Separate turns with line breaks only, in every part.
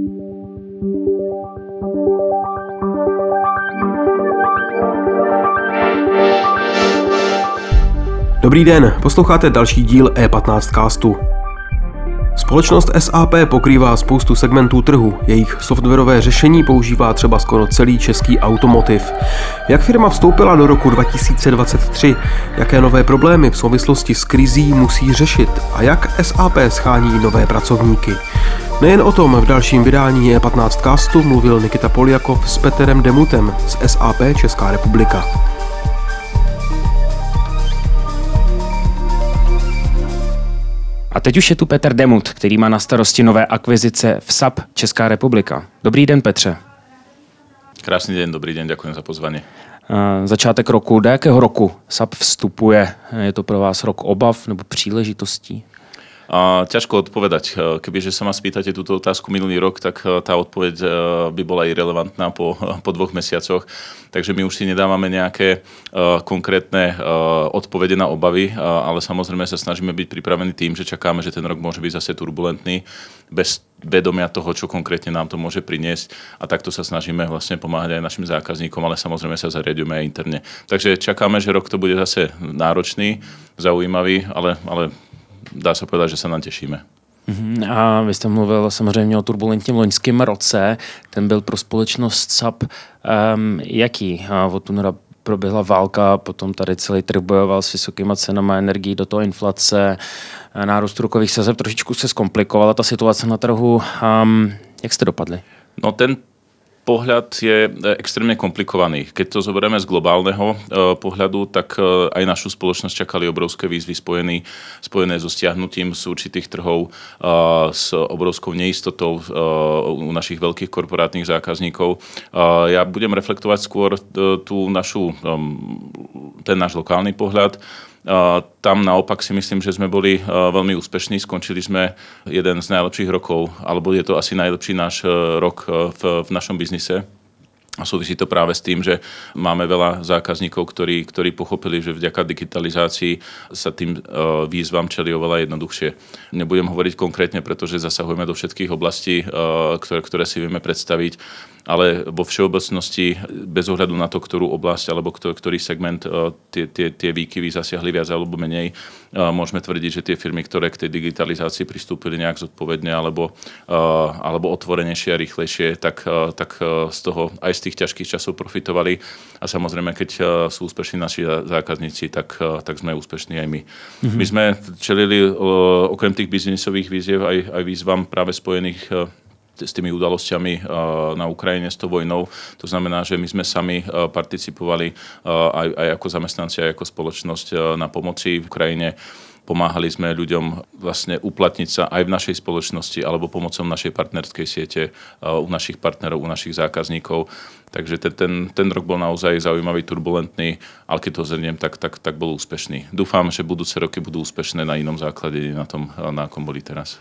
Dobrý den, posloucháte další díl E15 castu. Společnost SAP pokrývá spoustu segmentů trhu, jejich softwarové řešení používá třeba skoro celý český automotiv. Jak firma vstoupila do roku 2023, jaké nové problémy v souvislosti s krizí musí řešit a jak SAP schání nové pracovníky. Nejen o tom v dalším vydání E15 castu mluvil Nikita Poljakov s Petrem Demutem z SAP Česká republika.
A teď už je tu Petr Demut, který má na starosti nové akvizice v SAP Česká republika. Dobrý den, Petře.
Krásný den, dobrý den, děkuji za pozvání.
Začátek roku, do jakého roku SAP vstupuje? Je to pro vás rok obav nebo příležitostí?
Ťažko odpovedať. Kebyže sa ma spýtate túto otázku minulý rok, tak tá odpoveď by bola irelevantná po 2 mesiacoch. Takže my už si nedávame nejaké konkrétne odpovede na obavy, ale samozrejme sa snažíme byť pripravení tým, že čakáme, že ten rok môže byť zase turbulentný, bez vedomia toho, čo konkrétne nám to môže priniesť. A takto sa snažíme vlastne pomáhať aj našim zákazníkom, ale samozrejme sa zariadujeme aj interne. Takže čakáme, že rok to bude zase náročný, zaujímavý, ale dá se povedat, že se nám těšíme.
A vy jste mluvil samozřejmě o turbulentním loňském roce. Ten byl pro společnost SAP jaký? Od února proběhla válka, potom tady celý trh bojoval s vysokýma cenama energií, do toho inflace, nárůst úrokových sazeb. Trošičku se zkomplikovala ta situace na trhu. Jak jste dopadli?
No ten pohľad je extrémne komplikovaný. Keď to zoberieme z globálneho pohľadu, tak aj našu spoločnosť čakali obrovské výzvy spojené so stiahnutím z určitých trhov, s obrovskou neistotou u našich veľkých korporátnych zákazníkov. Ja budem reflektovať skôr ten náš lokálny pohľad. Tam naopak si myslím, že sme boli veľmi úspešní. Skončili sme jeden z najlepších rokov, alebo je to asi najlepší náš rok v našom biznise. A súvisí to práve s tým, že máme veľa zákazníkov, ktorí pochopili, že vďaka digitalizácii sa tým výzvam čeli oveľa jednoduchšie. Nebudem hovoriť konkrétne, pretože zasahujeme do všetkých oblastí, ktoré si vieme predstaviť, ale vo všeobecnosti, bez ohľadu na to, ktorú oblasť alebo ktorý segment tie výkyvy zasiahli viac alebo menej, môžeme tvrdiť, že tie firmy, ktoré k tej digitalizácii pristúpili nejak zodpovedne alebo otvorenejšie a rýchlejšie, tak z toho aj z tých ťažkých časov profitovali. A samozrejme, keď sú úspešní naši zákazníci, tak sme úspešní aj my. My sme čelili okrem tých biznisových výziev aj výzvam práve spojených s tými udalosťami na Ukrajine, s tou vojnou. To znamená, že my sme sami participovali aj ako zamestnanci, aj ako spoločnosť na pomoci v Ukrajine. Pomáhali sme ľuďom vlastne uplatniť sa aj v našej spoločnosti alebo pomocou našej partnerskej siete u našich partnerov, u našich zákazníkov. Takže ten rok bol naozaj zaujímavý, turbulentný, ale keď to zhrniem, tak bol úspešný. Dúfam, že budúce roky budú úspešné na inom základe, na tom, na akom boli teraz.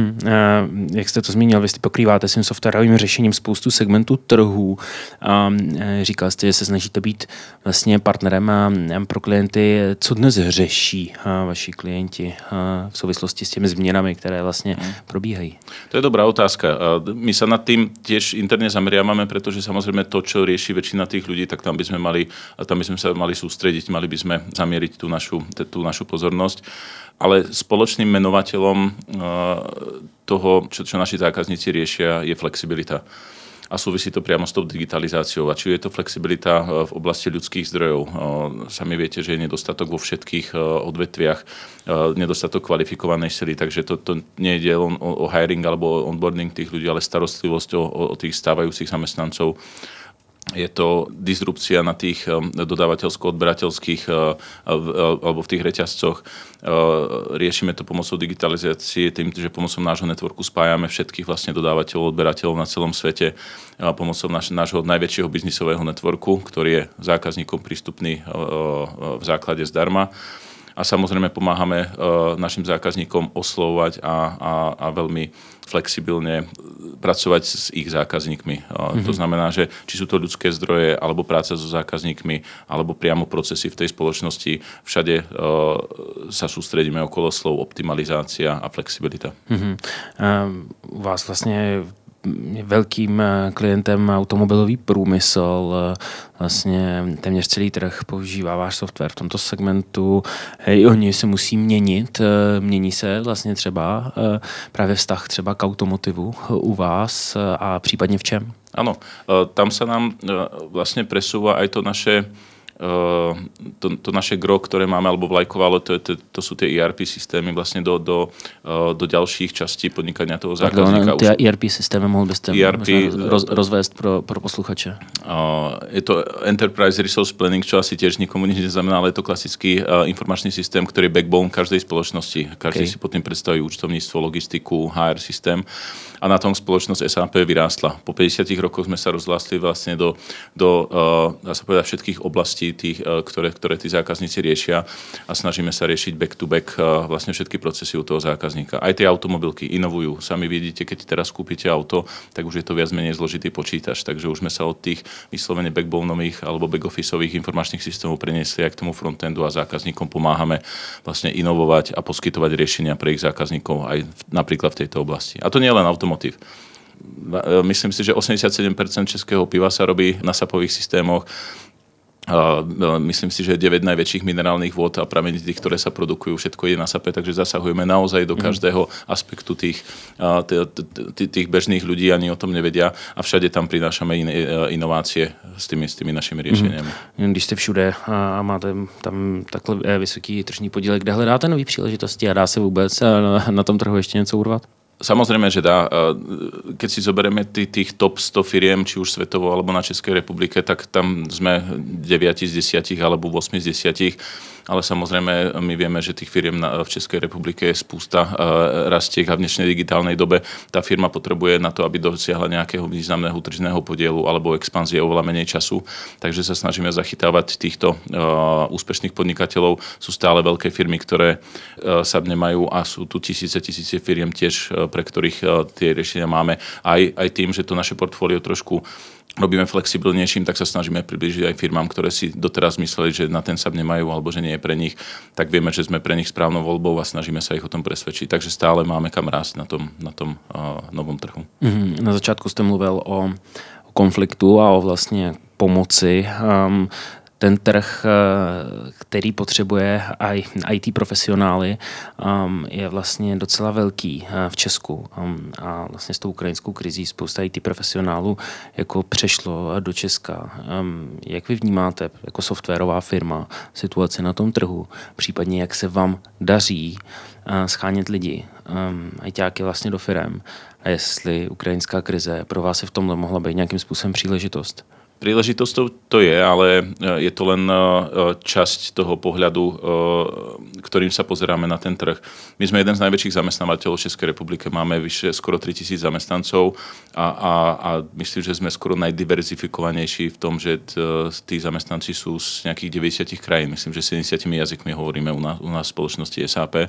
Jak jste to zmínil, vy pokrýváte svým softwarovým řešením spoustu segmentů trhů. Říkal jste, že se snažíte být vlastně partnerem pro klienty. Co dnes řeší vaši klienti v souvislosti s těmi změnami, které vlastně probíhají?
To je dobrá otázka. My sa nad tým tiež interne zameriavame, pretože samozrejme to, čo rieši väčšina tých ľudí, tak tam by sme sa mali sústrediť, mali by sme zamieriť tú našu pozornosť. Ale spoločným menovateľom toho, čo naši zákazníci riešia, je flexibilita. A súvisí to priamo s tou digitalizáciou. A či je to flexibilita v oblasti ľudských zdrojov. Sami viete, že je nedostatok vo všetkých odvetviach, nedostatok kvalifikovanej sily, takže to nie je len o hiring alebo o onboarding tých ľudí, ale starostlivosť o tých stávajúcich zamestnancov. Je to disrupcia na tých dodávateľsko-odberateľských alebo v tých reťazcoch. Riešime to pomocou digitalizácie, tým, že pomocou nášho networku spájame všetkých vlastne dodávateľov, odberateľov na celom svete, pomocou nášho najväčšieho biznisového networku, ktorý je zákazníkom prístupný v základe zdarma. A samozrejme pomáhame našim zákazníkom oslovovať a veľmi flexibilne pracovať s ich zákazníkmi. To znamená, že či sú to ľudské zdroje, alebo práca so zákazníkmi, alebo priamo procesy v tej spoločnosti, všade sa sústredíme okolo slov optimalizácia a flexibilita.
U vás vlastně velkým klientem automobilový průmysl, vlastně téměř celý trh používá váš software v tomto segmentu. I oni se musí měnit. Mění se vlastně třeba právě vztah třeba k automotivu u vás a případně v čem?
Áno, tam sa nám vlastne presúva aj to naše gro, ktoré máme, alebo vlajkovalo, to sú tie ERP systémy vlastne do ďalších častí podnikania toho zákazníka.
Ty ERP systémy mohl byste rozvést pro posluchače?
Je to Enterprise Resource Planning, čo asi tiež nikomu nič neznamená, ale je to klasický informačný systém, ktorý je backbone každej spoločnosti. Každý si pod tým predstaví účtovníctvo, logistiku, HR systém. A na tom spoločnosť SAP vyrástla. Po 50 rokoch sme sa rozlastli vlastne do dá sa povedať, všetkých oblastí, ktoré tí zákazníci riešia a snažíme sa riešiť back to back vlastne všetky procesy u toho zákazníka. Aj tie automobilky inovujú. Sami vidíte, keď teraz kúpite auto, tak už je to viac menej zložitý počítač, takže už sme sa od tých vyslovene backboneových alebo back-officeových informačných systémov preniesli aj k tomu frontendu a zákazníkom pomáhame vlastne inovovať a poskytovať riešenia pre ich zákazníkov aj napríklad v tejto oblasti. A to nie len automotív. Myslím si, že 87% českého piva sa robí na SAPových systémoch. Myslím si, že 9 najväčších minerálnych vôd a pramenitých, ktoré sa produkujú, všetko je na SAPe, takže zasahujeme naozaj do každého aspektu tých bežných ľudí, ani o tom nevedia a všade tam prinášame inovácie s tými našimi riešeniami.
Když jste všude a máte tam takhle vysoký tržní podíl, kde hledáte nový příležitosti a dá se vůbec na tom trhu ještě něco urvat?
Samozrejme, že dá. Keď si zoberieme tých top 100 firiem, či už svetovo alebo na Českej republike, tak tam sme 9 z 10 alebo 8 z 10. Ale samozrejme, my vieme, že tých firiem v Českej republike je spústa, rastie a v dnešnej digitálnej dobe tá firma potrebuje na to, aby dosiahla nejakého významného tržného podielu alebo expanzie oveľa menej času. Takže sa snažíme zachytávať týchto úspešných podnikateľov. Sú stále veľké firmy, ktoré sa nemajú a sú tu tisíce firiem tiež, pre ktorých tie riešenia máme. Aj tým, že to naše portfólio trošku robíme flexibilnejším, tak sa snažíme priblížiť aj firmám, ktoré si doteraz mysleli, že na ten SAP nemajú alebo že nie je pre nich, tak vieme, že sme pre nich správnou voľbou a snažíme sa ich o tom presvedčiť. Takže stále máme kam rásť na tom novom trhu.
Na začátku jste mluvil o konfliktu a o vlastně pomoci. Ten trh, který potřebuje IT profesionály, je vlastně docela velký v Česku. A vlastně s tou ukrajinskou krizí spousta IT profesionálů jako přešlo do Česka. Jak vy vnímáte jako softwarová firma situaci na tom trhu? Případně jak se vám daří schánět lidi, ITáky vlastně do firem? A jestli ukrajinská krize pro vás je v tomhle mohla být nějakým způsobem příležitost?
Príležitosťou to je, ale je to len časť toho pohľadu, ktorým sa pozeráme na ten trh. My sme jeden z najväčších zamestnávateľov v Českej republike, máme vyše skoro 3000 zamestnancov a myslím, že sme skoro najdiverzifikovanejší v tom, že tí zamestnanci sú z nejakých 90 krajín. Myslím, že 70 jazykmi hovoríme u nás v spoločnosti SAP.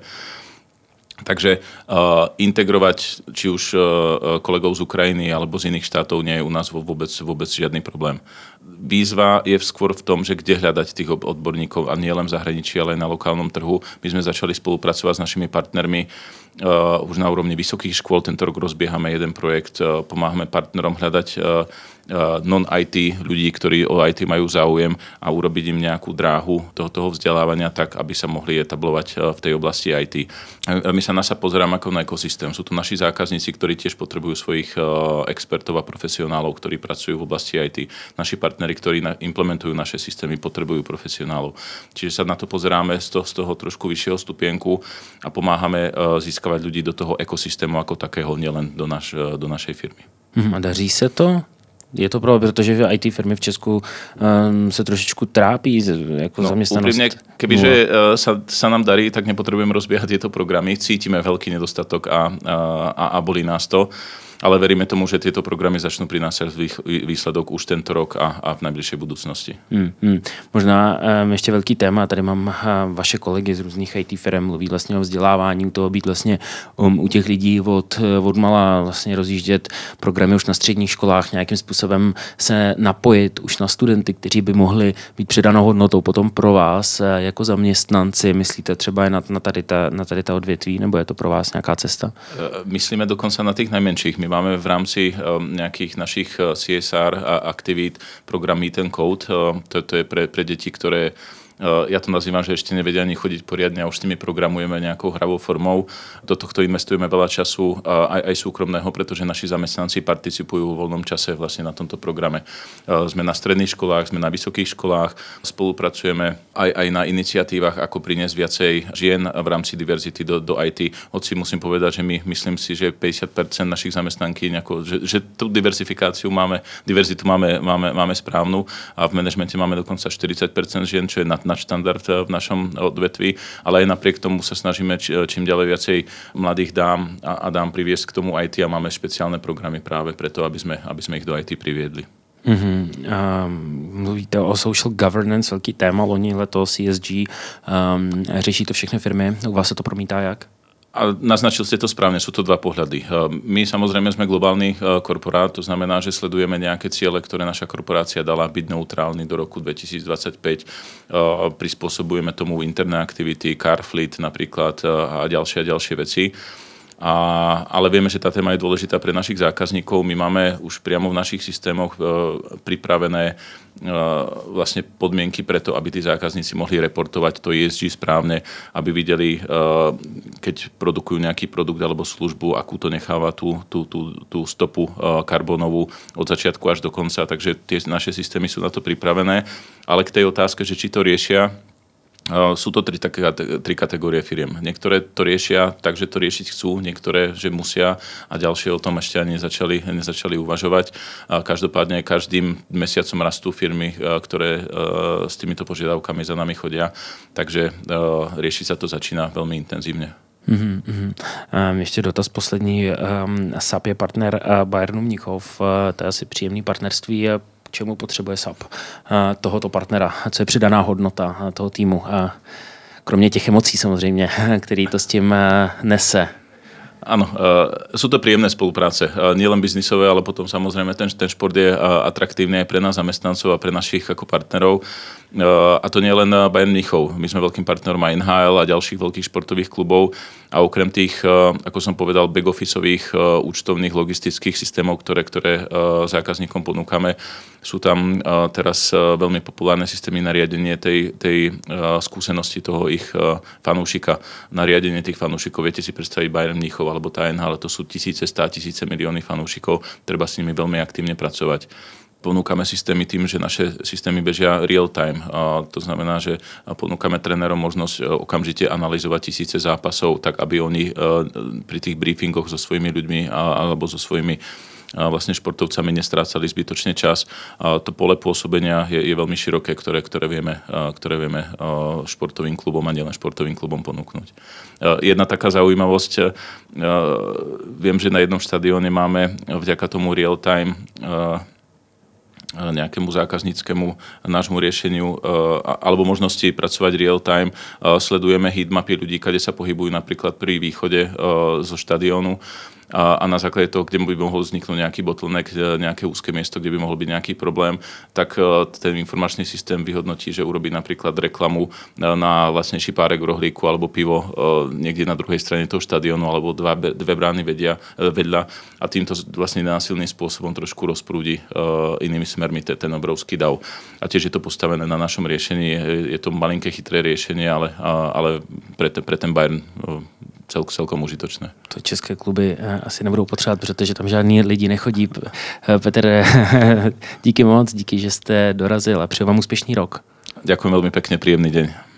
Takže integrovať či už kolegov z Ukrajiny alebo z iných štátov nie je u nás vôbec žiadny problém. Výzva je skôr v tom, že kde hľadať tých odborníkov a nie len v zahraničí, ale aj na lokálnom trhu. My sme začali spolupracovať s našimi partnermi už na úrovni vysokých škôl. Tento rok rozbiehame jeden projekt, pomáhame partnerom hľadať non-IT ľudí, ktorí o IT majú záujem a urobiť im nejakú dráhu toho vzdelávania tak, aby sa mohli etablovať v tej oblasti IT. My sa na SAP pozeráme ako na ekosystém. Sú tu naši zákazníci, ktorí tiež potrebujú svojich expertov a profesionálov, ktorí pracujú v oblasti IT. Naši partneri, ktorí implementujú naše systémy, potrebujú profesionálov. Čiže sa na to pozeráme z toho trošku vyššieho stupienku a pomáhame získavať ľudí do toho ekosystému ako takého, nielen do našej firmy.
A daří se to? Je to pravda, protože IT firmy v Česku se trošičku trápí jako zaměstnanost.
Úprimne, kebyže sa nám darí, tak nepotrebujeme rozbiehať tieto programy. Cítime veľký nedostatok a bolí nás to. Ale veríme tomu, že tieto programy začnú prinášať výsledok už tento rok a v najbližšej budúcnosti.
Možná ještě velký téma, tady mám vaše kolegy z různých IT firm, mluví vlastně o vzdělávání, u toho být vlastně u těch lidí od mala vlastně rozjíždět programy už na středních školách, nějakým způsobem se napojit už na studenty, kteří by mohli být přidanou hodnotou potom pro vás jako zaměstnanci. Myslíte třeba i na tady ta odvětví, nebo je to pro vás nějaká cesta?
Myslíme dokonca na tých najmenších. My My máme v rámci nejakých našich CSR aktivít program Meet and Code. To je pre deti, ktoré ja to nazývam, že ešte nevedia ani chodiť poriadne a už s nimi programujeme nejakou hravou formou. Do tohto investujeme veľa času aj súkromného, pretože naši zamestnanci participujú v voľnom čase vlastne na tomto programe. Sme na stredných školách, sme na vysokých školách, spolupracujeme aj na iniciatívach, ako priniesť viacej žien v rámci diverzity do IT. Hoci musím povedať, že my myslím si, že 50% našich zamestnankyň, že tú diverzitu máme správnu a v manažmente máme dokonca 40% žien, čo je nadštandard v našom odvetví, ale aj napriek tomu sa snažíme čím ďalej viacej mladých dám a dám priviesť k tomu IT a máme špeciálne programy práve preto, aby sme ich do IT priviedli.
Mluvíte o social governance, velký téma, loni letos ESG, řeší to všechny firmy, u vás se to promítá jak?
A naznačil ste to správne, sú to dva pohľady. My samozrejme sme globálny korporát, to znamená, že sledujeme nejaké ciele, ktoré naša korporácia dala byť neutrálny do roku 2025. Prispôsobujeme tomu interné aktivity, car fleet napríklad a ďalšie veci. Ale vieme, že tá téma je dôležitá pre našich zákazníkov. My máme už priamo v našich systémoch pripravené vlastne podmienky preto, aby tí zákazníci mohli reportovať to ESG správne, aby videli, keď produkujú nejaký produkt alebo službu, akú to necháva tú stopu karbónovú od začiatku až do konca. Takže tie naše systémy sú na to pripravené. Ale k tej otázke, že či to riešia, sú to tri kategórie firiem. Niektoré to riešia tak, že to riešiť chcú, niektoré, že musia a ďalšie o tom ešte ani nezačali uvažovať. Každopádne každým mesiacom rastú firmy, ktoré s týmito požiadavkami za nami chodia, takže riešiť sa to začína veľmi intenzívne.
Ještě dotaz poslední. SAP je partner Bayernu Mnichov, to je asi příjemný partnerství. Čemu potřebuje SAP tohoto partnera? Co je přidaná hodnota toho týmu? Kromě těch emocí samozřejmě, který to s tím nese.
Áno, sú to príjemné spolupráce. Nielen biznisové, ale potom samozrejme ten šport je atraktívny aj pre nás zamestnancov a pre našich ako partnerov. A to nie len Bayern Mníchov. My sme veľkým partnerom aj NHL a ďalších veľkých športových klubov. A okrem tých, ako som povedal, back-officeových, účtovných, logistických systémov, ktoré zákazníkom ponúkame, sú tam teraz veľmi populárne systémy na riadenie tej skúsenosti toho ich fanúšika. Na riadenie tých fanúšikov. Viete si predstaviť Bayern Mníchov alebo tá NHL, ale to sú tisíce, 100 000 milióny fanúšikov. Treba s nimi veľmi aktívne pracovať. Ponúkame systémy tým, že naše systémy bežia real time. To znamená, že ponúkame trénerom možnosť okamžite analyzovať tisíce zápasov, tak aby oni pri tých briefingoch so svojimi ľuďmi alebo so svojimi vlastne športovcami nestrácali zbytočne čas. To pole pôsobenia je veľmi široké, ktoré vieme športovým klubom a nielen športovým klubom ponúknuť. Jedna taká zaujímavosť, viem, že na jednom štadióne máme vďaka tomu real time nejakému zákazníckému nášmu riešeniu alebo možnosti pracovať real time. Sledujeme heatmapy ľudí, kde sa pohybujú napríklad pri východe zo štadiónu a na základe toho, kde by mohol vzniknúť nejaký bottleneck, nejaké úzke miesto, kde by mohol byť nejaký problém, tak ten informačný systém vyhodnotí, že urobí napríklad reklamu na lacnejší párek v rohlíku alebo pivo niekde na druhej strane toho štadiónu alebo dve brány vedľa a týmto vlastne nenásilným spôsobom trošku rozprúdi inými smermi ten obrovský dav. A tiež je to postavené na našom riešení. Je to malinké, chytré riešenie, ale pre ten Bayern celkom užitočné.
To české kluby asi nebudou potřebovat, protože tam žádný lidi nechodí. Petr, díky moc, díky, že jste dorazil a přeju vám úspěšný rok.
Ďakujem veľmi pekne, príjemný deň.